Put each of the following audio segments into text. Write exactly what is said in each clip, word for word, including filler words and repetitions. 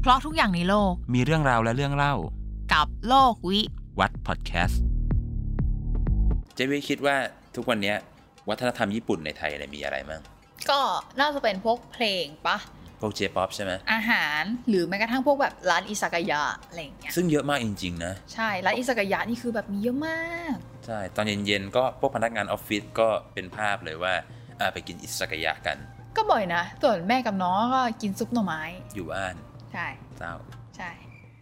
เพราะทุกอย่างในโลกมีเรื่องราวและเรื่องเล่ากับโลกวิวัฒน์พอดแคสต์เจวิคิดว่าทุกวันนี้วัฒนธรรมญี่ปุ่นในไทยเนี่ยมีอะไรมั่งก็น่าจะเป็นพวกเพลงปะพวก J-pop ใช่ไหมอาหารหรือแม้กระทั่งพวกแบบร้านอิซากายะอะไรอย่างเงี้ยซึ่งเยอะมากจริงๆนะใช่ร้านอิซากายะนี่คือแบบมีเยอะมากใช่ตอนเย็นๆก็พวกพนักงานออฟฟิศก็เป็นภาพเลยว่าอ่าไปกินอิซากายะกันก็บ่อยนะส่วนแม่กับน้องก็กินซุปหน่อไม้อยู่บ้านใช่เศร้าใช่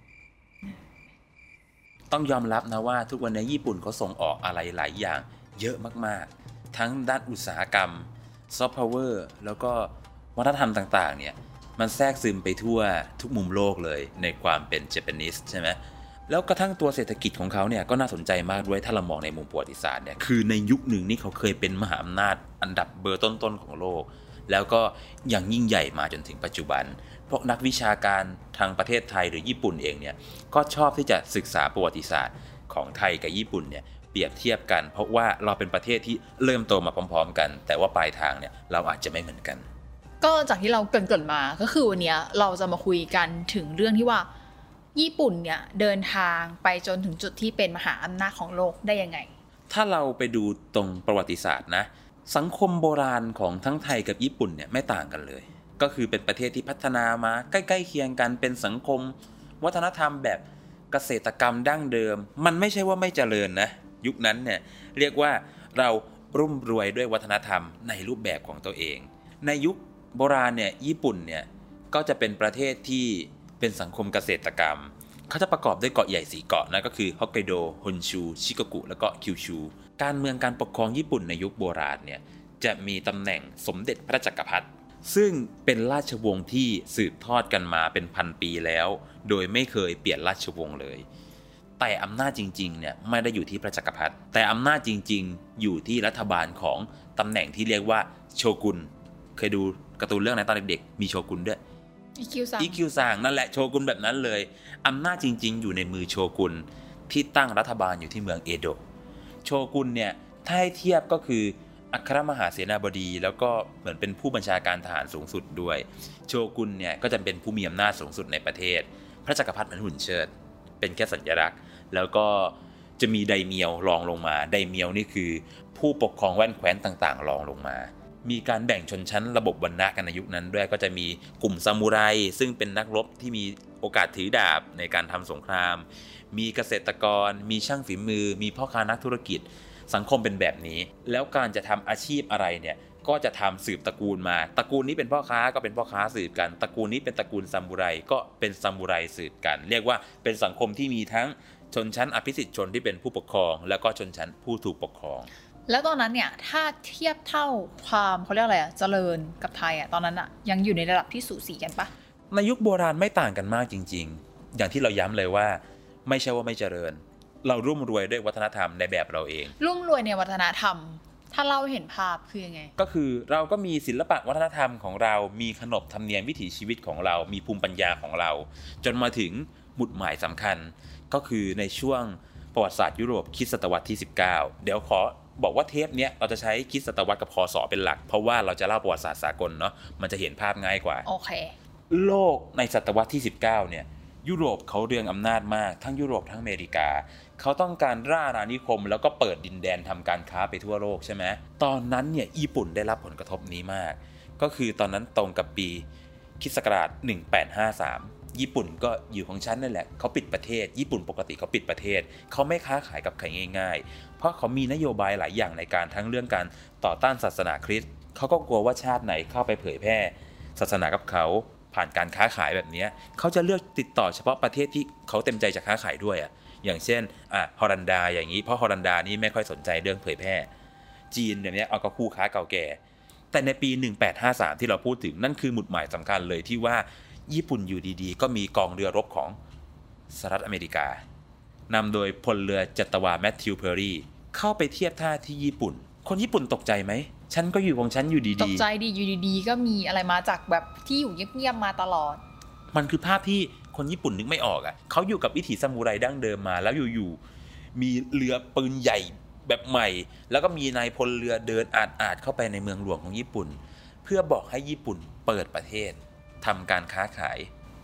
ต้องยอมรับนะว่าทุกวันนี้ญี่ปุ่นเขาส่งออกอะไรหลายอย่างเยอะมากๆทั้งด้านอุตสาหกรรมซอฟต์พาวเวอร์แล้วก็วัฒนธรรมต่างๆเนี่ยมันแทรกซึมไปทั่วทุกมุมโลกเลยในความเป็นเจแปนิสใช่ไหมแล้วกระทั่งตัวเศรษฐกิจของเขาเนี่ยก็น่าสนใจมากด้วยถ้าเรามองในมุมประวัติศาสตร์เนี่ยคือในยุคหนึ่งนี่เขาเคยเป็นมหาอำนาจอันดับเบอร์ต้นๆของโลกแล้วก็ยังยิ่งใหญ่มาจนถึงปัจจุบันพวกนักวิชาการทางประเทศไทยหรือญี่ปุ่นเองเนี่ยก็ชอบที่จะศึกษาประวัติศาสตร์ของไทยกับญี่ปุ่นเนี่ยเปรียบเทียบกันเพราะว่าเราเป็นประเทศที่เริ่มโตมาพร้อมๆกันแต่ว่าปลายทางเนี่ยเราอาจจะไม่เหมือนกันก็จากที่เราเกริ่นๆมาก็คือวันนี้เราจะมาคุยกันถึงเรื่องที่ว่าญี่ปุ่นเนี่ยเดินทางไปจนถึงจุดที่เป็นมหาอำนาจของโลกได้ยังไงถ้าเราไปดูตรงประวัติศาสตร์นะสังคมโบราณของทั้งไทยกับญี่ปุ่นเนี่ยไม่ต่างกันเลยก็คือเป็นประเทศที่พัฒนามาใกล้ๆเคียงกันเป็นสังคมวัฒนธรรมแบบเกษตรกรรมดั้งเดิมมันไม่ใช่ว่าไม่เจริญนะยุคนั้นเนี่ยเรียกว่าเรารุ่มรวยด้วยวัฒนธรรมในรูปแบบของตัวเองในยุคโบราณเนี่ยญี่ปุ่นเนี่ยก็จะเป็นประเทศที่เป็นสังคมเกษตรกรรมเขาจะประกอบด้วยเกาะใหญ่สี่เกาะนั่นก็คือฮอกไกโดฮอนชูชิโกกุแล้วก็คิวชูการเมืองการปกครองญี่ปุ่นในยุคโบราณเนี่ยจะมีตำแหน่งสมเด็จพระจักรพรรดิซึ่งเป็นราชวงศ์ที่สืบทอดกันมาเป็นพันปีแล้วโดยไม่เคยเปลี่ยนราชวงศ์เลยแต่อำนาจจริงๆเนี่ยไม่ได้อยู่ที่พระจักรพรรดิแต่อำนาจจริงๆอยู่ที่รัฐบาลของตำแหน่งที่เรียกว่าโชกุนเคยดูการ์ตูนเรื่องไหนตอนเด็กๆมีโชกุนด้วยอีคิวซังอีคิวซังนั่นแหละโชกุนแบบนั้นเลยอำนาจจริงๆอยู่ในมือโชกุนที่ตั้งรัฐบาลอยู่ที่เมืองเอโดะโชกุนเนี่ยถ้าให้เทียบก็คืออัครมหาเสนาบดีแล้วก็เหมือนเป็นผู้บัญชาการทหารสูงสุดด้วยโชกุนเนี่ยก็จะเป็นผู้มีอำนาจสูงสุดในประเทศพระจักรพรรดิมันหุ่นเชิดเป็นแค่สัญลักษณ์แล้วก็จะมีไดเมียวรองลงมาไดเมียวนี่คือผู้ปกครองแว่นแคว้นต่างๆรองลงมามีการแบ่งชนชั้นระบบวรรณะกันในยุคนั้นด้วยก็จะมีกลุ่มซามูไรซึ่งเป็นนักรบที่มีโอกาสถือดาบในการทำสงครามมีเกษตรกรมีช่างฝีมือมีพ่อค้านักธุรกิจสังคมเป็นแบบนี้แล้วการจะทำอาชีพอะไรเนี่ยก็จะทำสืบตระกูลมาตระกูลนี้เป็นพ่อค้าก็เป็นพ่อค้าสืบกันตระกูลนี้เป็นตระกูลซามูไรก็เป็นซามูไรสืบกันเรียกว่าเป็นสังคมที่มีทั้งชนชั้นอภิสิทธิชนที่เป็นผู้ปกครองแล้วก็ชนชั้นผู้ถูกปกครองแล้วตอนนั้นเนี่ยถ้าเทียบเท่าความเขาเรียกอะไรอะเจริญกับไทยอะตอนนั้นอะยังอยู่ในระดับที่สูสีกันปะในยุคโบราณไม่ต่างกันมากจริงๆอย่างที่เราย้ำเลยว่าไม่ใช่ว่าไม่เจริญเรารุ่มรวยด้วยวัฒนธรรมในแบบเราเองรุ่มรวยในวัฒนธรรมถ้าเราเห็นภาพคือยังไงก็คือเราก็มีศิลปะวัฒนธรรมของเรามีขนบธรรมเนียมวิถีชีวิตของเรามีภูมิปัญญาของเราจนมาถึงหมุดหมายสำคัญก็คือในช่วงประวัติศาสตร์ยุโรปคริสต์ศตวรรษที่สิบเก้าเดี๋ยวขอบอกว่าเทปเนี้ยเราจะใช้คริสต์ศตวรรษกับคศเป็นหลักเพราะว่าเราจะเล่าประวัติศาสตร์สากลเนาะมันจะเห็นภาพง่ายกว่าโอเคโลกในศตวรรษที่สิบเก้าเนี่ยยุโรปเขาเรืองอำนาจมากทั้งยุโรปทั้งอเมริกาเขาต้องการร่าอาณานิคมแล้วก็เปิดดินแดนทำการค้าไปทั่วโลกใช่ไหมตอนนั้นเนี่ยญี่ปุ่นได้รับผลกระทบนี้มากก็คือตอนนั้นตรงกับปีคริสต์ศักราชหนึ่งพันแปดร้อยห้าสิบสามญี่ปุ่นก็อยู่ของฉันนั่นแหละเขาปิดประเทศญี่ปุ่นปกติเขาปิดประเทศเขาไม่ค้าขายกับใครง่ายๆเพราะเขามีนโยบายหลายอย่างในการทั้งเรื่องการต่อต้านศาสนาคริสต์เขาก็กลัวว่าชาติไหนเข้าไปเผยแพร่ศาสนากับเขาผ่านการค้าขายแบบนี้เขาจะเลือกติดต่อเฉพาะประเทศที่เขาเต็มใจจะค้าขายด้วยอ่ะอย่างเช่นอ่ะฮอลันดาอย่างนี้เพราะฮอลันดานี่ไม่ค่อยสนใจเรื่องเผยแพร่จีนเนี่ยเอาก็คู่ค้าเก่าแก่แต่ในปีหนึ่งพันแปดร้อยห้าสิบสามที่เราพูดถึงนั่นคือหมุดหมายสำคัญเลยที่ว่าญี่ปุ่นอยู่ดีๆก็มีกองเรือรบของสหรัฐอเมริกานำโดยพลเรือจัตวาแมทธิวเพอร์รี่เข้าไปเทียบท่าที่ญี่ปุ่นคนญี่ปุ่นตกใจไหมฉันก็อยู่ของฉันอยู่ดีๆตกใจดีอยู่ดีๆก็มีอะไรมาจากแบบที่อยู่เงียบๆมาตลอดมันคือภาพที่คนญี่ปุ่นนึกไม่ออกอ่ะเขาอยู่กับวิถีซามูไรดั้งเดิมมาแล้วอยู่ๆมีเรือปืนใหญ่แบบใหม่แล้วก็มีนายพลเรือเดินอาดๆเข้าไปในเมืองหลวงของญี่ปุ่นเพื่อบอกให้ญี่ปุ่นเปิดประเทศทำการค้าขาย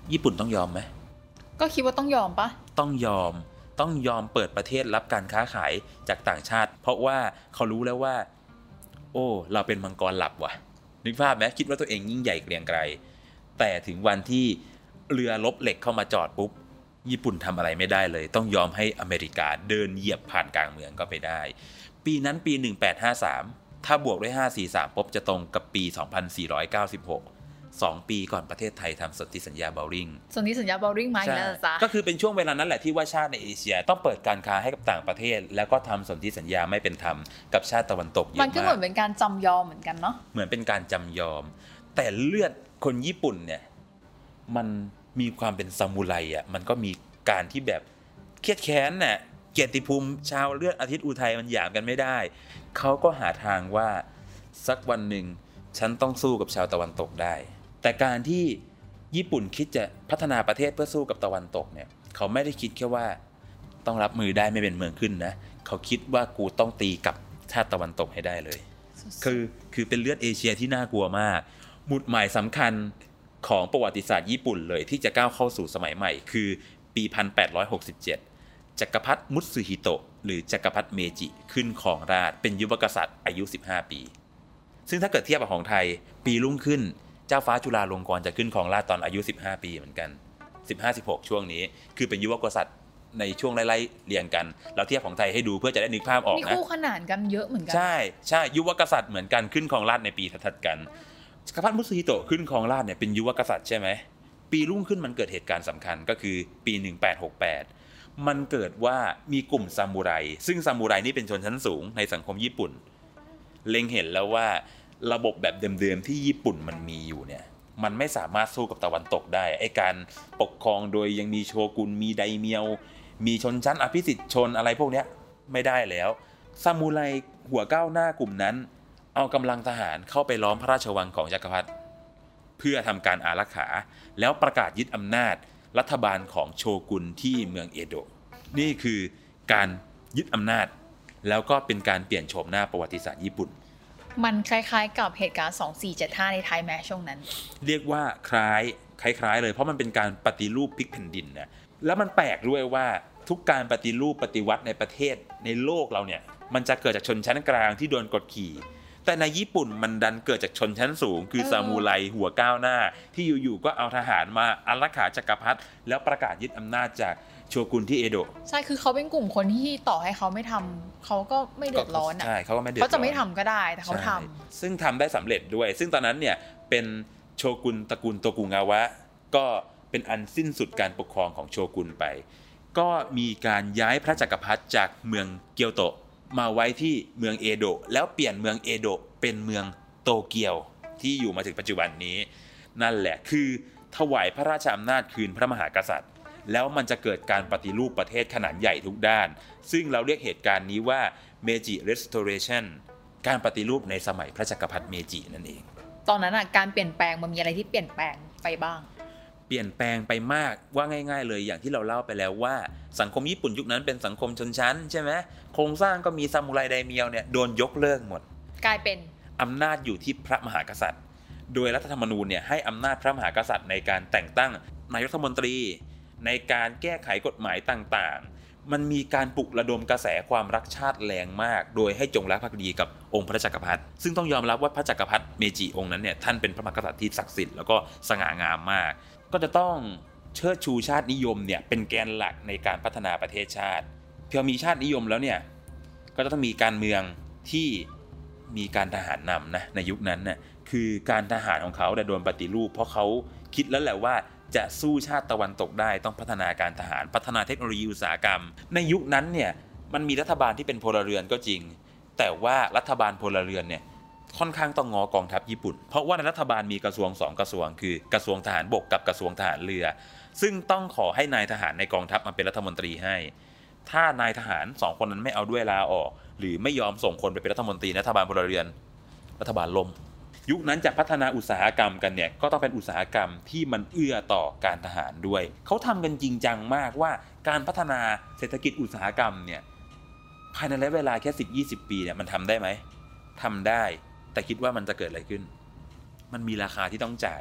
ญี่ปุ่นต้องยอมไหมก็คิดว่าต้องยอมปะต้องยอมต้องยอมเปิดประเทศรับการค้าขายจากต่างชาติเพราะว่าเขารู้แล้วว่าโอ้เราเป็นมังกรหลับว่ะนึกภาพไหมคิดว่าตัวเองยิ่งใหญ่เกรียงไกรแต่ถึงวันที่เรือรบเหล็กเข้ามาจอดปุ๊บญี่ปุ่นทำอะไรไม่ได้เลยต้องยอมให้อเมริกาเดินเหยียบผ่านกลางเมืองก็ไปได้ปีนั้นปีหนึ่งพันแปดร้อยห้าสิบสามถ้าบวกด้วยห้า สี่ สามปุ๊บจะตรงกับปีสองพันสี่ร้อยเก้าสิบหกสองปีก่อนประเทศไทยทำสนธิสัญญาเบลลิงสนธิสัญญาเบลลิงมาอีกแล้วจ้ะก็คือเป็นช่วงเวลานั้นแหละที่ว่าชาติในเอเชียต้องเปิดการค้าให้กับต่างประเทศแล้วก็ทำสนธิสัญญาไม่เป็นธรรมกับชาติตะวันตกเยอะมากมันก็เหมือนเป็นการจำยอมเหมือนกันเนาะเหมือนเป็นการจำยอมแต่เลือดคนญี่ปุ่นเนี่ยมันมีความเป็นซามูไรอ่ะมันก็มีการที่แบบเครียดแค้นน่ะเกียรติภูมิชาวเลือดอาทิตย์อุทัยมันหยามกันไม่ได้เขาก็หาทางว่าสักวันหนึ่งฉันต้องสู้กับชาวตะวันตกได้แต่การที่ญี่ปุ่นคิดจะพัฒนาประเทศเพื่อสู้กับตะวันตกเนี่ยเขาไม่ได้คิดแค่ว่าต้องรับมือได้ไม่เป็นเมืองขึ้นนะเขาคิดว่ากูต้องตีกับชาติตะวันตกให้ได้เลยคือคือเป็นเลือดเอเชียที่น่ากลัวมากหมุดหมายสำคัญของประวัติศาสตร์ญี่ปุ่นเลยที่จะก้าวเข้าสู่สมัยใหม่คือปีหนึ่งพันแปดร้อยหกสิบเจ็ดจักรพรรดิมุตสึฮิโตะหรือจักรพรรดิเมจิขึ้นครองราชย์เป็นยุวกษัตริย์อายุสิบห้าปีซึ่งถ้าเกิดเทียบกับของไทยปีรุ่งขึ้นเจ้าฟ้าจุฬาลงกรณ์จะขึ้นครองราชย์ตอนอายุสิบห้าปีเหมือนกัน สิบห้า สิบหก ช่วงนี้คือเป็นยุวกษัตริย์ในช่วงไล่ๆเรียงกันเราเทียบของไทยให้ดูเพื่อจะได้นึกภาพออกนะมีคู่ขนานกันเยอะเหมือนกันใช่ใช่ยุวกษัตริย์เหมือนกันขึ้นครองราชย์ในปีถัดๆกันจักรพรรดิมุตสึฮิโตะขึ้นครองราชย์เนี่ยเป็นยุวกษัตริย์ใช่ไหมปีรุ่งขึ้นมันเกิดเหตุการณ์สำคัญก็คือปีหนึ่งพันแปดร้อยหกสิบแปดมันเกิดว่ามีกลุ่มซามูไรซึ่งซามูไรนี่เป็นชนชั้นสูงในสังคมญี่ปุ่นเล็งเห็นแล้วว่าระบบแบบเดิมๆที่ญี่ปุ่นมันมีอยู่เนี่ยมันไม่สามารถสู้กับตะวันตกได้ไอ้การปกครองโดยยังมีโชกุนมีไดเมียวมีชนชั้นอภิสิทธิชนอะไรพวกนี้ไม่ได้แล้วซามูไรหัวก้าวหน้ากลุ่มนั้นเอากำลังทหารเข้าไปล้อมพระราชวังของจักรพรรดิเพื่อทำการอารักขาแล้วประกาศยึดอำนาจรัฐบาลของโชกุนที่เมืองเอโดะนี่คือการยึดอำนาจแล้วก็เป็นการเปลี่ยนโฉมหน้าประวัติศาสตร์ญี่ปุ่นมันคล้ายๆกับเหตุการณ์สองสี่เจ็ดห้าในไทยแม้ช่วงนั้นเรียกว่าคล้ายคล้ายๆเลยเพราะมันเป็นการปฏิรูปพลิกแผ่นดินนะแล้วมันแปลกด้วยว่าทุกการปฏิรูปปฏิวัติในประเทศในโลกเราเนี่ยมันจะเกิดจากชนชั้นกลางที่โดนกดขี่แต่ในญี่ปุ่นมันดันเกิดจากชนชั้นสูงคือซามูไรหัวก้าวหน้าที่อยู่ๆก็เอาทหารมาอารักขาจักรพรรดิแล้วประกาศยึดอำนาจจากโชกุนที่เอโดะใช่คือเขาเป็นกลุ่มคนที่ต่อให้เขาไม่ทำเขาก็ไม่เดือดร้อนอ่ะใช่เขาก็ไม่เดือดร้อนเขาจะไม่ทำก็ได้แต่เขาทำซึ่งทำได้สำเร็จด้วยซึ่งตอนนั้นเนี่ยเป็นโชกุนตระกูลโตกุงาวะก็เป็นอันสิ้นสุดการปกครองของโชกุนไปก็มีการย้ายพระจักรพรรดิจากเมืองเกียวโตมาไว้ที่เมืองเอโดะแล้วเปลี่ยนเมืองเอโดะเป็นเมืองโตเกียวที่อยู่มาถึงปัจจุบันนี้นั่นแหละคือถวายพระราชอำนาจคืนพระมหากษัตริย์แล้วมันจะเกิดการปฏิรูปประเทศขนาดใหญ่ทุกด้านซึ่งเราเรียกเหตุการณ์นี้ว่า Meiji Restoration การปฏิรูปในสมัยพระจักรพรรดิเมจินั่นเองตอนนั้นอ่ะการเปลี่ยนแปลงมันมีอะไรที่เปลี่ยนแปลงไปบ้างเปลี่ยนแปลงไปมากว่าง่ายๆเลยอย่างที่เราเล่าไปแล้วว่าสังคมญี่ปุ่นยุคนั้นเป็นสังคมชนชั้นใช่ไหมโครงสร้างก็มีซามูไรไดเมียวเนี่ยโดนยกเลิกหมดกลายเป็นอำนาจอยู่ที่พระมหากษัตริย์โดยรัฐธรรมนูญเนี่ยให้อำนาจพระมหากษัตริย์ในการแต่งตั้งนายกรัฐมนตรีในการแก้ไขกฎหมายต่างๆมันมีการปลุกระดมกระแสความรักชาติแรงมากโดยให้จงรักภักดีกับองค์พระจักรพรรดิซึ่งต้องยอมรับว่าพระจักรพรรดิเมจิองค์นั้นเนี่ยท่านเป็นพระมหากษัตริย์ที่ศักดิ์สิทธิ์แล้วก็สง่างามมากก็จะต้องเชิดชูชาตินิยมเนี่ยเป็นแกนหลักในการพัฒนาประเทศชาติเพียงมีชาตินิยมแล้วเนี่ยก็จะต้องมีการเมืองที่มีการทหารนำนะในยุคนั้นน่ะคือการทหารของเขาโดนปฏิรูปเพราะเขาคิดแล้วแหละว่าจะสู้ชาติตะวันตกได้ต้องพัฒนาการทหารพัฒนาเทคโนโลยีอุตสาหกรรมในยุคนั้นเนี่ยมันมีรัฐบาลที่เป็นพลเรือนก็จริงแต่ว่ารัฐบาลพลเรือนเนี่ยค่อนข้างต้องงอกองทัพญี่ปุ่นเพราะว่าในรัฐบาลมีกระทรวงสองกระทรวงคือกระทรวงทหารบกกับกระทรวงทหารเรือซึ่งต้องขอให้นายทหารในกองทัพมาเป็นรัฐมนตรีให้ถ้านายทหารสองคนนั้นไม่เอาด้วยลาออกหรือไม่ยอมส่งคนไปเป็นรัฐมนตรีรัฐบาลพลเรือนรัฐบาลล่มยุคนั้นจะพัฒนาอุตสาหกรรมกันเนี่ยก็ต้องเป็นอุตสาหกรรมที่มันเอื้อต่อการทหารด้วยเขาทำกันจริงจังมากว่าการพัฒนาเศรษฐกิจอุตสาหกรรมเนี่ยภายในระยะเวลาแค่ สิบถึงยี่สิบ ปีเนี่ยมันทำได้ไหมทำได้แต่คิดว่ามันจะเกิดอะไรขึ้นมันมีราคาที่ต้องจ่าย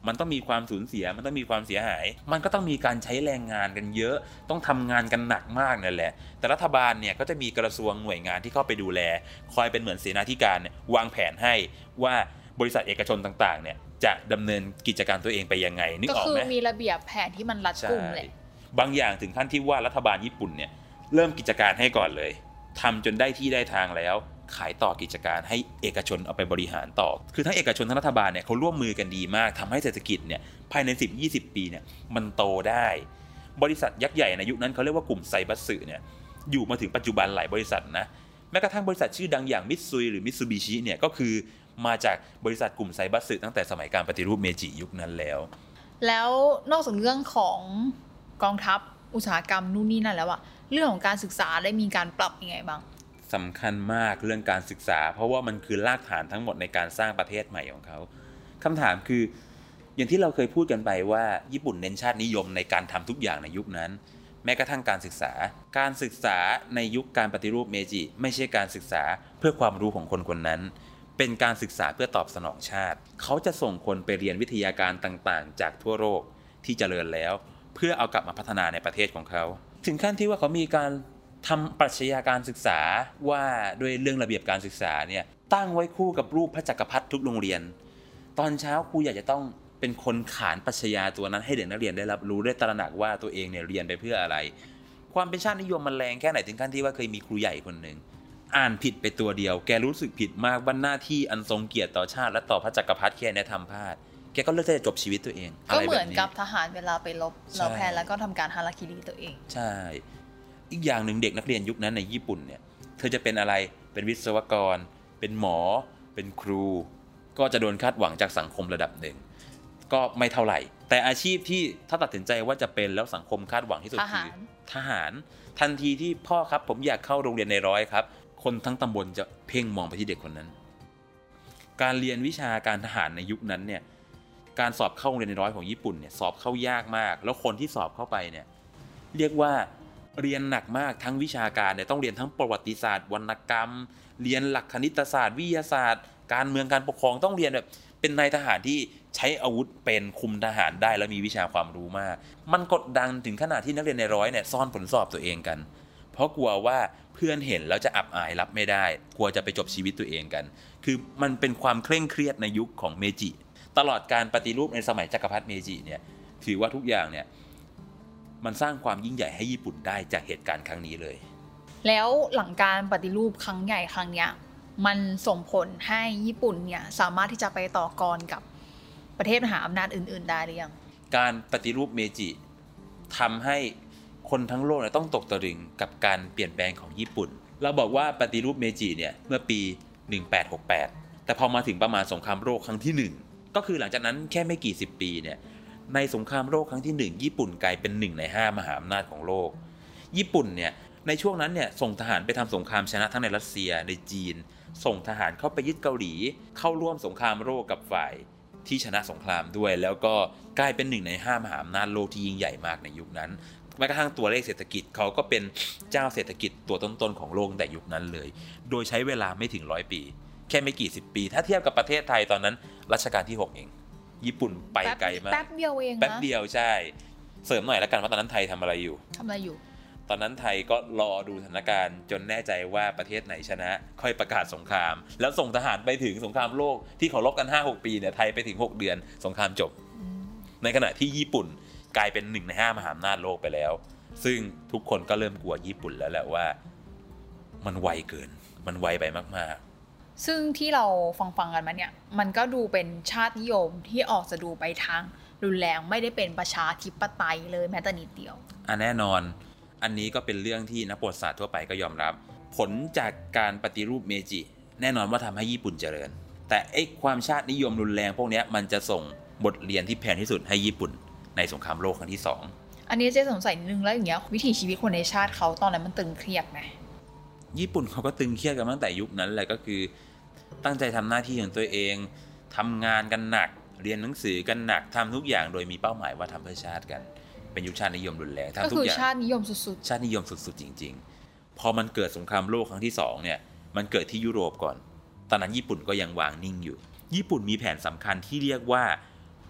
มันต้องมีความสูญเสียมันต้องมีความเสียหายมันก็ต้องมีการใช้แรงงานกันเยอะต้องทำงานกันหนักมากนั่นแหละแต่รัฐบาลเนี่ยก็จะมีกระทรวงหน่วยงานที่เข้าไปดูแลคอยเป็นเหมือนเสนาธิการเนี่ยวางแผนให้ว่าบริษัทเอกชนต่างๆเนี่ยจะดำเนินกิจการตัวเองไปยังไงนึกออกไหมก็คือมีระเบียบแผนที่มันรัดกุมเลยบางอย่างถึงขั้นที่ว่ารัฐบาลญี่ปุ่นเนี่ยเริ่มกิจการให้ก่อนเลยทำจนได้ที่ได้ทางแล้วขายต่อกิจการให้เอกชนเอาไปบริหารต่อคือทั้งเอกชนทั้งรัฐบาลเนี่ยเขาร่วมมือกันดีมากทำให้เศรษฐกิจเนี่ยภายใน สิบถึงยี่สิบ ปีเนี่ยมันโตได้บริษัทยักษ์ใหญ่ในยุคนั้นเขาเรียกว่ากลุ่มไซบัตสึเนี่ยอยู่มาถึงปัจจุบันหลายบริษัทนะแม้กระทั่งบริษัทชื่อดังอย่างมิตซุยหรือมิตซูบิชิเนี่ยก็คือมาจากบริษัทกลุ่มไซบัตสึตั้งแต่สมัยการปฏิรูปเมจิยุคนั้นแล้วแล้วนอกจากเรื่องของกองทัพอุตสาหกรรมนู่นนี่นั่นแล้วอะเรื่องของการศึกษาได้มีการปรับยังไงบ้างสำคัญมากเรื่องการศึกษาเพราะว่ามันคือรากฐานทั้งหมดในการสร้างประเทศใหม่ของเขาคำถามคืออย่างที่เราเคยพูดกันไปว่าญี่ปุ่นเน้นชาตินิยมในการทำทุกอย่างในยุคนั้นแม้กระทั่งการศึกษาการศึกษาในยุคการปฏิรูปเมจิไม่ใช่การศึกษาเพื่อความรู้ของคนคนนั้นเป็นการศึกษาเพื่อตอบสนองชาติเขาจะส่งคนไปเรียนวิทยาการต่างๆจากทั่วโลกที่เจริญแล้วเพื่อเอากลับมาพัฒนาในประเทศของเขาถึงขั้นที่ว่าเขามีการทำปรัชญาการศึกษาว่าด้วยเรื่องระเบียบการศึกษาเนี่ยตั้งไว้คู่กับรูปพระจักรพรรดิทุกโรงเรียนตอนเช้าครูอยากจะต้องเป็นคนขานปรัชญาตัวนั้นให้เด็กนักเรียนได้รับรู้ได้ตระหนักว่าตัวเองเนี่ยเรียนไปเพื่ออะไรความเป็นชาตินิยมมันแรงแค่ไหนถึงขั้นที่ว่าเคยมีครูใหญ่คนหนึ่งอ่านผิดไปตัวเดียวแกรู้สึกผิดมากว่าหน้าที่อันทรงเกียรติต่อชาติและต่อพระจักรพรรดิแค่นี้ทำพลาดแกก็เลือกที่จะจบชีวิตตัวเองก็เหมือนกับทหารเวลาไปรบเราแพ้แล้วก็ทำการฮาราคิริตัวเองใช่อีกอย่างหนึ่งเด็กนักเรียนยุคนั้นในญี่ปุ่นเนี่ยเธอจะเป็นอะไรเป็นวิศวกรเป็นหมอเป็นครูก็จะโดนคาดหวังจากสังคมระดับหนึ่งก็ไม่เท่าไหร่แต่อาชีพที่ถ้าตัดสินใจว่าจะเป็นแล้วสังคมคาดหวังที่สุดคือทหารทันทีที่พ่อครับผมอยากเข้าโรงเรียนในร้อยครับคนทั้งตำบลจะเพ่งมองไปที่เด็กคนนั้นการเรียนวิชาการทหารในยุคนั้นเนี่ยการสอบเข้าโรงเรียนในร้อยของญี่ปุ่นเนี่ยสอบเข้ายากมากแล้วคนที่สอบเข้าไปเนี่ยเรียกว่าเรียนหนักมากทั้งวิชาการเนี่ยต้องเรียนทั้งประวัติศาสตร์วรรณกรรมเรียนหลักคณิตศาสตร์วิทยาศาสตร์การเมืองการปกครองต้องเรียนแบบเป็นนายทหารที่ใช้อาวุธเป็นคุมทหารได้แล้วมีวิชาความรู้มากมันกดดันถึงขนาดที่นักเรียนในร้อยเนี่ยซ่อนผลสอบตัวเองกันเพราะกลัวว่าเพื่อนเห็นแล้วจะอับอายรับไม่ได้กลัวจะไปจบชีวิตตัวเองกันคือมันเป็นความเคร่งเครียดในยุคของเมจิตลอดการปฏิรูปในสมัยจักรพรรดิเมจิเนี่ยถือว่าทุกอย่างเนี่ยมันสร้างความยิ่งใหญ่ให้ญี่ปุ่นได้จากเหตุการณ์ครั้งนี้เลยแล้วหลังการปฏิรูปครั้งใหญ่ครั้งเนี้ยมันส่งผลให้ญี่ปุ่นเนี่ยสามารถที่จะไปต่อกรกับประเทศมหาอำนาจอื่นๆได้หรือยังการปฏิรูปเมจิทำให้คนทั้งโลกเนี่ยต้องตกตะลึงกับการเปลี่ยนแปลงของญี่ปุ่นเราบอกว่าปฏิรูปเมจิเนี่ยเมื่อปีหนึ่งพันแปดร้อยหกสิบแปดแต่พอมาถึงประมาณสงครามโลกครั้งที่หนึ่งก็คือหลังจากนั้นแค่ไม่กี่สิบปีเนี่ยในสงครามโลกครั้งที่หนึ่งญี่ปุ่นกลายเป็นหนึ่งในห้ามหาอำนาจของโลกญี่ปุ่นเนี่ยในช่วงนั้นเนี่ยส่งทหารไปทำสงครามชนะทั้งในรัสเซียในจีนส่งทหารเข้าไปยึดเกาหลีเข้าร่วมสงครามโลกกับฝ่ายที่ชนะสงครามด้วยแล้วก็กลายเป็นหนึ่งในห้ามหาอำนาจโลกที่ยิ่งใหญ่มากในยุคนั้นแม้กระทั่งตัวเลขเศรษฐกิจเขาก็เป็นเจ้าเศรษฐกิจตัวต้นๆของโลกแต่ยุคนั้นเลยโดยใช้เวลาไม่ถึงร้อยปีแค่ไม่กี่สิบปีถ้าเทียบกับประเทศไทยตอนนั้นรัชกาลที่หกเองญี่ปุ่นไปไกลมากแป๊บเดียวเองนะแป๊บเดียวใช่เสริมหน่อยแล้วกันว่าตอนนั้นไทยทำอะไรอยู่ทำอะไรอยู่ตอนนั้นไทยก็รอดูสถานการณ์จนแน่ใจว่าประเทศไหนชนะค่อยประกาศสงครามแล้วส่งทหารไปถึงสงครามโลกที่เขารบกัน ห้าหก ปีเนี่ยไทยไปถึงหกเดือนสงครามจบในขณะที่ญี่ปุ่นกลายเป็นหนึ่งในห้ามหาอำนาจโลกไปแล้วซึ่งทุกคนก็เริ่มกลัวญี่ปุ่นแล้วแหละว่ามันไวเกินมันไวไปมากๆซึ่งที่เราฟังๆกันมาเนี่ยมันก็ดูเป็นชาตินิยมที่ออกจะดูไปทางรุนแรงไม่ได้เป็นประชาธิปไตยเลยแม้แต่นิดเดียวอ่ะแน่นอนอันนี้ก็เป็นเรื่องที่นักประวัติศาสตร์ทั่วไปก็ยอมรับผลจากการปฏิรูปเมจิแน่นอนว่าทำให้ญี่ปุ่นเจริญแต่ไอ้ความชาตินิยมรุนแรงพวกนี้มันจะส่งบทเรียนที่แพงที่สุดให้ญี่ปุ่นในสงครามโลกครั้งที่สองอันนี้เจ๊สงสัยนิดนึงแล้วอย่างเงี้ยวิถีชีวิตคนในชาติเขาตอนนั้นมันตึงเครียดไหมญี่ปุ่นเขาก็ตึงเครียดกันตั้งแต่ยุคนั้นแหละก็คือตั้งใจทำหน้าที่ของตัวเองทำงานกันหนักเรียนหนังสือกันหนักทำทุกอย่างโดยมีเป้าหมายว่าทำเพื่อชาติกันเป็นยุคชาตินิยมรุนแรงทำทุกอย่างก็คือชาตินิยมสุดๆชาตินิยมสุดๆจริงๆพอมันเกิดสงครามโลกครั้งที่สองเนี่ยมันเกิดที่ยุโรปก่อนตอนนั้นญี่ปุ่นก็ยังวางนิ่งอยู่ญี่ปุ่นมีแผนสำคัญที่เรียกว่า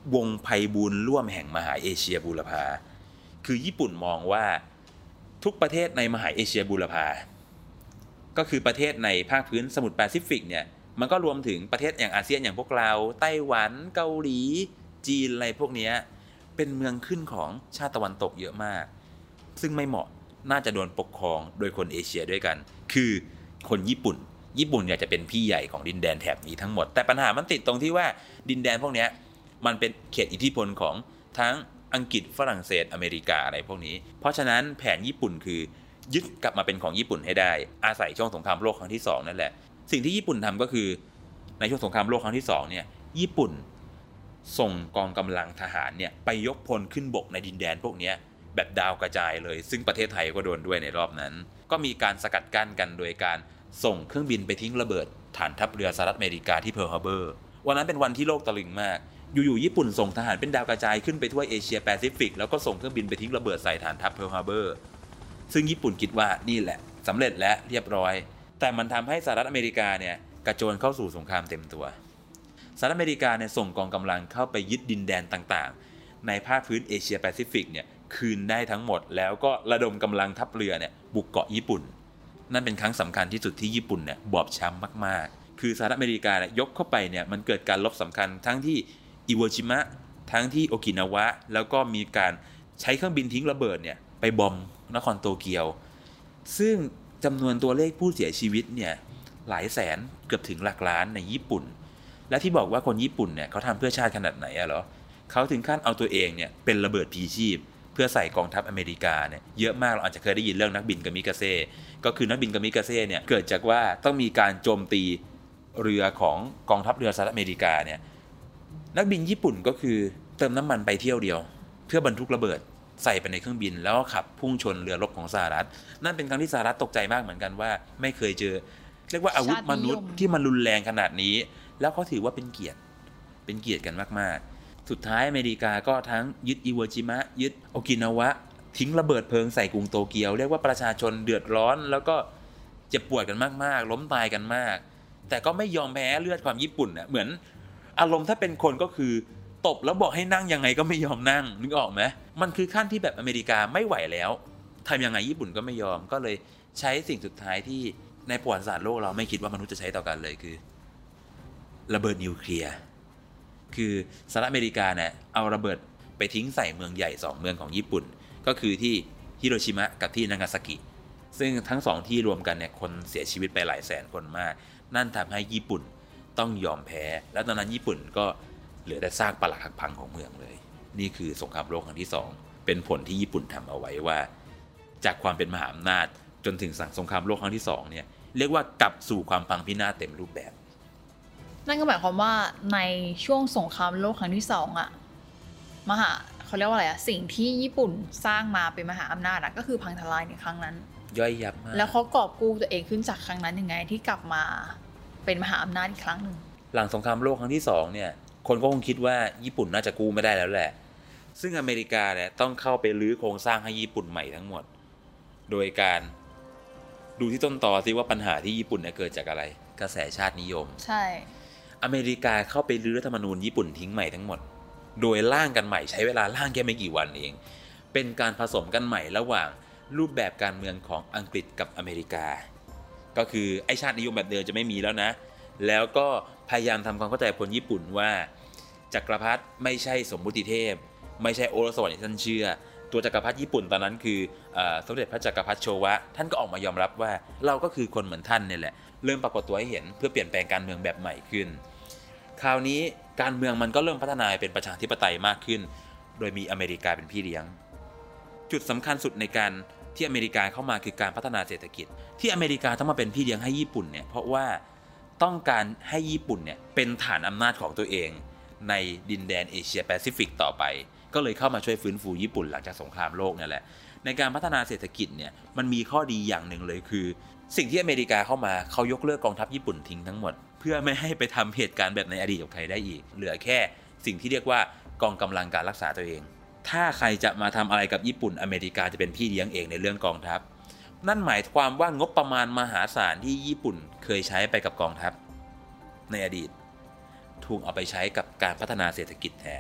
วงไพบูลย์ร่วมแห่งมหาเอเชียบูรพาคือญี่ปุ่นมองว่าทุกประเทศในมหาเอเชียบูรพาก็คือประเทศในภาคพื้นสมุทรแปซิฟิกเนี่ยมันก็รวมถึงประเทศอย่างอาเซียนอย่างพวกเราไต้หวันเกาหลีจีนอะไรพวกนี้เป็นเมืองขึ้นของชาติตะวันตกเยอะมากซึ่งไม่เหมาะน่าจะโดนปกครองโดยคนเอเชียด้วยกันคือคนญี่ปุ่นญี่ปุ่นอยากจะเป็นพี่ใหญ่ของดินแดนแถบนี้ทั้งหมดแต่ปัญหามันติดตรงที่ว่าดินแดนพวกนี้มันเป็นเขตอิทธิพลของทั้งอังกฤษฝรั่งเศสอเมริกาอะไรพวกนี้เพราะฉะนั้นแผนญี่ปุ่นคือยึดกลับมาเป็นของญี่ปุ่นให้ได้อาศัยช่วงสงครามโลกครั้งที่สองนั่นแหละสิ่งที่ญี่ปุ่นทำก็คือในช่วงสงครามโลกครั้งที่สองเนี่ยญี่ปุ่นส่งกองกำลังทหารเนี่ยไปยกพลขึ้นบกในดินแดนพวกนี้แบบดาวกระจายเลยซึ่งประเทศไทยก็โดนด้วยในรอบนั้นก็มีการสกัดกั้นกันโดยการส่งเครื่องบินไปทิ้งระเบิดฐานทัพเรือสหรัฐอเมริกาที่เพิร์ลฮาร์เบอร์วันนั้นเป็นวันที่โลกตะลึงมากอยู่ๆญี่ปุ่นส่งทหารเป็นดาวกระจายขึ้นไปทั่วเอเชียแปซิฟิกแล้วก็ส่งเครื่องบินไปทิ้งระเบิดใส่ฐานทัพเพิร์ลฮาร์เบอร์ซึ่งญี่ปุ่นคิดว่านี่แหละสำเร็จและเรียบร้อยแต่มันทำให้สหรัฐอเมริกาเนี่ยกระโจนเข้าสู่สงครามเต็มตัวสหรัฐอเมริกาเนี่ยส่งกองกำลังเข้าไปยึดดินแดนต่างๆในภาคพื้นเอเชียแปซิฟิกเนี่ยคืนได้ทั้งหมดแล้วก็ระดมกำลังทัพเรือเนี่ยบุกเกาะญี่ปุ่นนั่นเป็นครั้งสำคัญที่สุดที่ญี่ปุ่นเนี่ยบอบช้ำมากๆคือสหรัฐอเมริกาเนี่ยยกเข้าไปเนี่ยมันเกิดการลบสำคัญทั้งที่อิโวจิมะทั้งที่โอกินาวะแล้วก็มีการใช้เครื่องบินทิ้งระเบิดเนี่ยไปบอมนครโตเกียวซึ่งจำนวนตัวเลขผู้เสียชีวิตเนี่ยหลายแสนเกือบถึงหลักล้านในญี่ปุ่นและที่บอกว่าคนญี่ปุ่นเนี่ยเขาทำเพื่อชาติขนาดไหนอะเหรอเขาถึงขั้นเอาตัวเองเนี่ยเป็นระเบิดพลีชีพเพื่อใส่กองทัพอเมริกาเนี่ยเยอะมากเราอาจจะเคยได้ยินเรื่องนักบินกามิกาเซ่ก็คือนักบินกามิกาเซ่เนี่ยเกิดจากว่าต้องมีการโจมตีเรือของกองทัพเรือสหรัฐอเมริกาเนี่ยนักบินญี่ปุ่นก็คือเติมน้ำมันไปเที่ยวเดียวเพื่อบรรทุกระเบิดใส่ไปในเครื่องบินแล้วก็ขับพุ่งชนเรือรบของสหรัฐนั่นเป็นครั้งที่สหรัฐตกใจมากเหมือนกันว่าไม่เคยเจอเรียกว่าอาวุธมนุษย์ที่มันรุนแรงขนาดนี้แล้วเขาถือว่าเป็นเกียรติเป็นเกียรติกันมากๆสุดท้ายอเมริกาก็ทั้งยึดอิโวจิมะยึดโอกินาวะทิ้งระเบิดเพลิงใส่กรุงโตเกียวเรียกว่าประชาชนเดือดร้อนแล้วก็เจ็บปวดกันมากๆล้มตายกันมากแต่ก็ไม่ยอมแพ้เลือดความญี่ปุ่นน่ะเหมือนอารมณ์ถ้าเป็นคนก็คือตบแล้วบอกให้นั่งยังไงก็ไม่ยอมนั่งนึกออกไหมมันคือขั้นที่แบบอเมริกาไม่ไหวแล้วทำยังไงญี่ปุ่นก็ไม่ยอมก็เลยใช้สิ่งสุดท้ายที่ในประวัติศาสตร์โลกเราไม่คิดว่ามนุษย์จะใช้ต่อกันเลยคือระเบิดนิวเคลียร์คือสหรัฐอเมริกาเนี่ยเอาระเบิดไปทิ้งใส่เมืองใหญ่สองเมืองของญี่ปุ่นก็คือที่ฮิโรชิมะกับที่นางาซากิซึ่งทั้งสองที่รวมกันเนี่ยคนเสียชีวิตไปหลายแสนคนมากนั่นทำให้ญี่ปุ่นต้องยอมแพ้แล้วตอนนั้นญี่ปุ่นก็เหลือแต่ซากปรักหักพังของเมืองเลยนี่คือสงครามโลกครั้งที่สองเป็นผลที่ญี่ปุ่นทำเอาไว้ว่าจากความเป็นมหาอำนาจจนถึงสงครามโลกครั้งที่สองเนี่ยเรียกว่ากลับสู่ความพังพินาศเต็มรูปแบบนั่นก็หมายความว่าในช่วงสงครามโลกครั้งที่สองอะมหาเขาเรียกว่าอะไรอะสิ่งที่ญี่ปุ่นสร้างมาเป็นมหาอำนาจอะก็คือพังทลายในครั้งนั้นย่อยยับมากแล้วเขากอบกู้ตัวเองขึ้นจากครั้งนั้นยังไงที่กลับมาเป็นมหาอำนาจอีกครั้งหนึ่งหลังสงครามโลกครั้งที่สองเนี่ยคนก็คงคิดว่าญี่ปุ่นน่าจะกู้ไม่ได้แล้วแหละซึ่งอเมริกาเนี่ยต้องเข้าไปรื้อโครงสร้างให้ญี่ปุ่นใหม่ทั้งหมดโดยการดูที่ต้นตอซิว่าปัญหาที่ญี่ปุ่นเนี่ยเกิดจากอะไรกระแสชาตินิยมใช่อเมริกาเข้าไปรื้อรัฐธรรมนูญญี่ปุ่นทิ้งใหม่ทั้งหมดโดยร่างกันใหม่ใช้เวลาร่างแค่ไม่กี่วันเองเป็นการผสมกันใหม่ระหว่างรูปแบบการเมืองของอังกฤษกับอเมริกาก็คือไอ้ชาตินิยมแบบเดิมจะไม่มีแล้วนะแล้วก็พยายามทำความเข้าใจคนญี่ปุ่นว่าจักรพรรดิไม่ใช่สมมุติเทพไม่ใช่โอรสวรรค์ที่ท่านเชื่อตัวจักรพรรดิญี่ปุ่นตอนนั้นคือสมเด็จพระจักรพรรดิโชวะท่านก็ออกมายอมรับว่าเราก็คือคนเหมือนท่านนี่แหละเริ่มปรากฏตัวให้เห็นเพื่อเปลี่ยนแปลงการเมืองแบบใหม่ขึ้นคราวนี้การเมืองมันก็เริ่มพัฒนาเป็นประชาธิปไตยมากขึ้นโดยมีอเมริกาเป็นพี่เลี้ยงจุดสำคัญสุดในการที่อเมริกาเข้ามาคือการพัฒนาเศรษฐกิจที่อเมริกาต้องมาเป็นพี่เลี้ยงให้ญี่ปุ่นเนี่ยเพราะว่าต้องการให้ญี่ปุ่นเนี่ยเป็นฐานอำนาจของตัวเองในดินแดนเอเชียแปซิฟิกต่อไปก็เลยเข้ามาช่วยฟื้นฟูญี่ปุ่นหลังจากสงครามโลกนั่นแหละในการพัฒนาเศรษฐกิจเนี่ยมันมีข้อดีอย่างหนึ่งเลยคือสิ่งที่อเมริกาเข้ามาเขายกเลิกกองทัพญี่ปุ่นทิ้งทั้งหมดเพื่อไม่ให้ไปทำเหตุการณ์แบบในอดีตกับใครได้อีกเหลือแค่สิ่งที่เรียกว่ากองกำลังการรักษาตัวเองถ้าใครจะมาทำอะไรกับญี่ปุ่นอเมริกาจะเป็นพี่เลี้ยงเองในเรื่องกองทัพนั่นหมายความว่างบประมาณมหาศาลที่ญี่ปุ่นเคยใช้ไปกับกองทัพในอดีตถูกเอาไปใช้กับการพัฒนาเศรษฐกิจแทน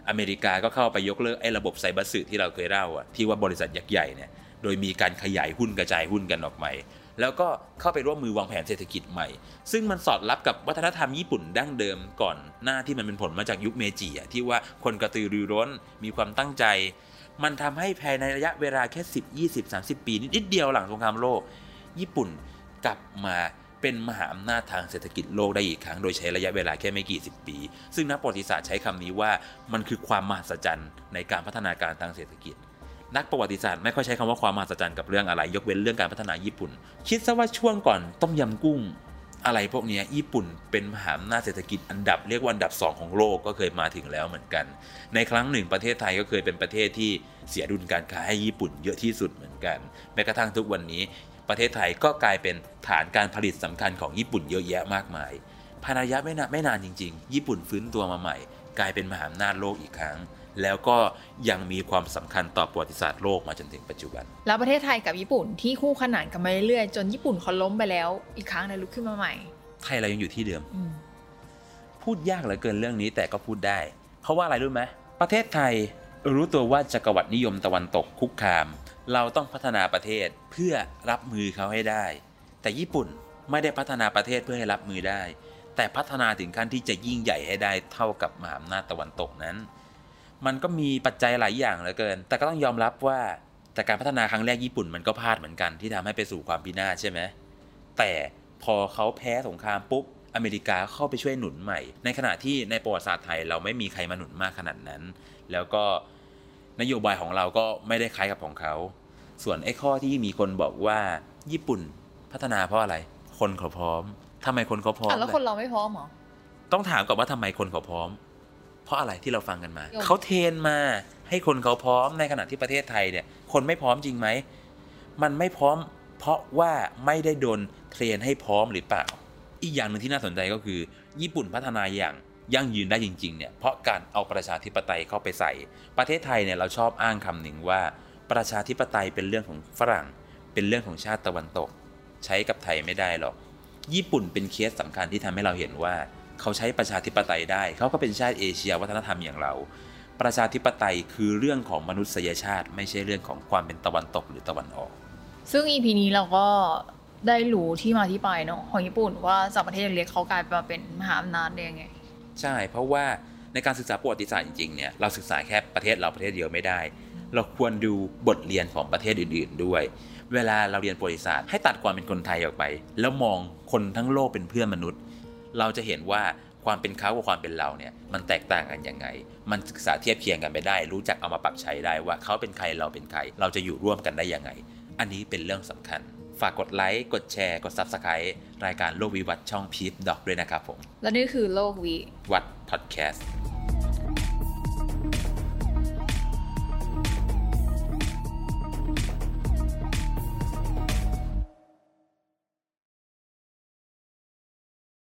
อเมริกาก็เข้าไปยกเลิกไอ้ระบบไซบัสสึที่เราเคยเล่าอ่ะที่ว่าบริษัทยักษ์ใหญ่เนี่ยโดยมีการขยายหุ้นกระจายหุ้นกันออกไปแล้วก็เข้าไปร่วมมือวางแผนเศรษฐกิจใหม่ซึ่งมันสอดรับกับวัฒนธรรมญี่ปุ่นดั้งเดิมก่อนหน้าที่มันเป็นผลมาจากยุคเมจิอ่ะที่ว่าคนกระตือรือร้นมีความตั้งใจมันทำให้ภายในระยะเวลาแค่สิบ ยี่สิบ สามสิบปีนิดเดียวหลังสงครามโลกญี่ปุ่นกลับมาเป็นมหาอำนาจทางเศรษฐกิจโลกได้อีกครั้งโดยใช้ระยะเวลาแค่ไม่กี่สิบปีซึ่งนักประวัติศาสตร์ใช้คำนี้ว่ามันคือความมหัศจรรย์ในการพัฒนาการทางเศรษฐกิจนักประวัติศาสตร์ไม่ค่อยใช้คำว่าความมหัศจรรย์กับเรื่องอะไรยกเว้นเรื่องการพัฒนาญี่ปุ่นคิดซะว่าช่วงก่อนต้มยำกุ้งอะไรพวกนี้ญี่ปุ่นเป็นมหาอำนาจเศรษฐกิจอันดับเรียกว่าอันดับสองของโลกก็เคยมาถึงแล้วเหมือนกันในครั้งหนึ่งประเทศไทยก็เคยเป็นประเทศที่เสียดุลการค้าให้ญี่ปุ่นเยอะที่สุดเหมือนกันแม้กระทั่งทุกวันนี้ประเทศไทยก็กลายเป็นฐานการผลิตสำคัญของญี่ปุ่นเยอะแยะมากมายภายในระยะไม่นานไม่นานจริงๆญี่ปุ่นฟื้นตัวมาใหม่กลายเป็นมหาอำนาจโลกอีกครั้งแล้วก็ยังมีความสำคัญต่อประวัติศาสตร์โลกมาจนถึงปัจจุบันแล้วประเทศไทยกับญี่ปุ่นที่คู่ขนานกันมาเรื่อยๆจนญี่ปุ่นเขาล้มไปแล้วอีกครั้งเลยลุกขึ้นมาใหม่ไทยเรายังอยู่ที่เดิมพูดยากเหลือเกินเรื่องนี้แต่ก็พูดได้เพราะว่าอะไรรู้ไหมประเทศไทยรู้ตัวว่าจักรวรรดินิยมตะวันตกคุกคามเราต้องพัฒนาประเทศเพื่อรับมือเขาให้ได้แต่ญี่ปุ่นไม่ได้พัฒนาประเทศเพื่อให้รับมือได้แต่พัฒนาถึงขั้นที่จะยิ่งใหญ่ให้ได้เท่ากับมหาอำนาจตะวันตกนั้นมันก็มีปัจจัยหลายอย่างเหลือเกินแต่ก็ต้องยอมรับว่าแต่การพัฒนาครั้งแรกญี่ปุ่นมันก็พลาดเหมือนกันที่ทำให้ไปสู่ความพินาศใช่ไหมแต่พอเขาแพ้สงครามปุ๊บอเมริกาเข้าไปช่วยหนุนใหม่ในขณะที่ในประวัติศาสตร์ไทยเราไม่มีใครมาหนุนมากขนาดนั้นแล้วก็นโยบายของเราก็ไม่ได้คล้ายกับของเขาส่วนไอ้ข้อที่มีคนบอกว่าญี่ปุ่นพัฒนาเพราะอะไรคนเขาพร้อมทำไมคนเขาพร้อมแล้วคนเราไม่พร้อมหรอต้องถามก่อนว่าทำไมคนเขาพร้อมเพราะอะไรที่เราฟังกันมาเขาเทรนมาให้คนเขาพร้อมในขณะที่ประเทศไทยเนี่ยคนไม่พร้อมจริงไหมมันไม่พร้อมเพราะว่าไม่ได้โดนเทรนให้พร้อมหรือเปล่าอีกอย่างนึงที่น่าสนใจก็คือญี่ปุ่นพัฒนาอย่างยั่งยืนได้จริงๆเนี่ยเพราะการเอาประชาธิปไตยเข้าไปใส่ประเทศไทยเนี่ยเราชอบอ้างคำหนึ่งว่าประชาธิปไตยเป็นเรื่องของฝรั่งเป็นเรื่องของชาติตะวันตกใช้กับไทยไม่ได้หรอกญี่ปุ่นเป็นเคสสำคัญที่ทำให้เราเห็นว่าเขาใช้ประชาธิปไตยได้เขาก็เป็นชาติเอเชียวัฒนธรรมอย่างเราประชาธิปไตยคือเรื่องของมนุษยชาติไม่ใช่เรื่องของความเป็นตะวันตกหรือตะวันออกซึ่ง อี พี นี้เราก็ได้รู้ที่มาที่ไปเนาะของญี่ปุ่นว่าจากประเทศเล็กเขากลายมาเป็นมหาอำนาจได้ยังไงใช่เพราะว่าในการศึกษาประวัติศาสตร์จริงๆเนี่ยเราศึกษาแค่ประเทศเราประเทศเดียวไม่ได้เราควรดูบทเรียนของประเทศอื่นๆด้วยเวลาเราเรียนประวัติศาสตร์ให้ตัดความเป็นคนไทยออกไปแล้วมองคนทั้งโลกเป็นเพื่อนมนุษย์เราจะเห็นว่าความเป็นเขากับความเป็นเราเนี่ยมันแตกต่างกันยังไงมันศึกษาเทียบเคียงกันไปได้รู้จักเอามาปรับใช้ได้ว่าเขาเป็นใครเราเป็นใครเราจะอยู่ร่วมกันได้ยังไงอันนี้เป็นเรื่องสำคัญฝากกดไลค์กดแชร์กด Subscribe รายการโลกวิวัฒน์ช่องพีทด็อกด้วยนะครับผมและนี่คือโลกวิวัฒน์พอดแคสต์